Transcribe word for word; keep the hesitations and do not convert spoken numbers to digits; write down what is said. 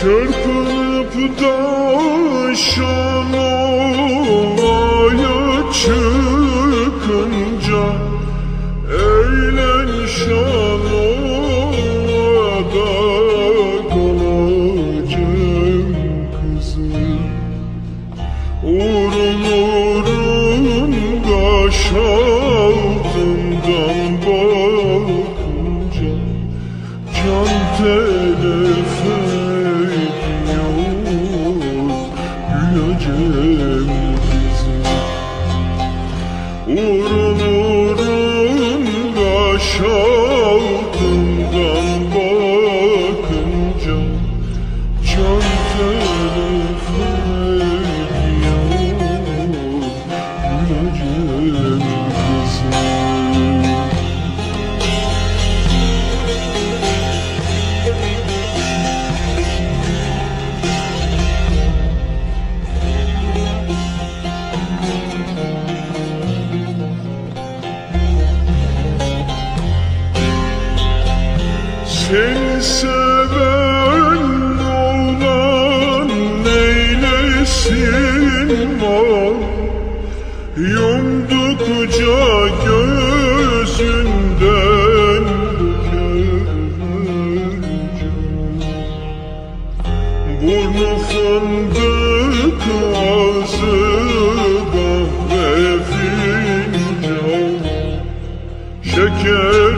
Çırpınıp da şanovaya çıkınca eğlen şanovada kalacağım kızım. Urun urun kaş altından bakınca can telef ediyor güleceğim kızım. Urun urun kaş altından bakınca can telef ediyor güleceğim kızım. Seni seven oğlan neylesin var, yumdukça gözünden dökerce. Burnu fındık, ağzı kahve fincan, şeker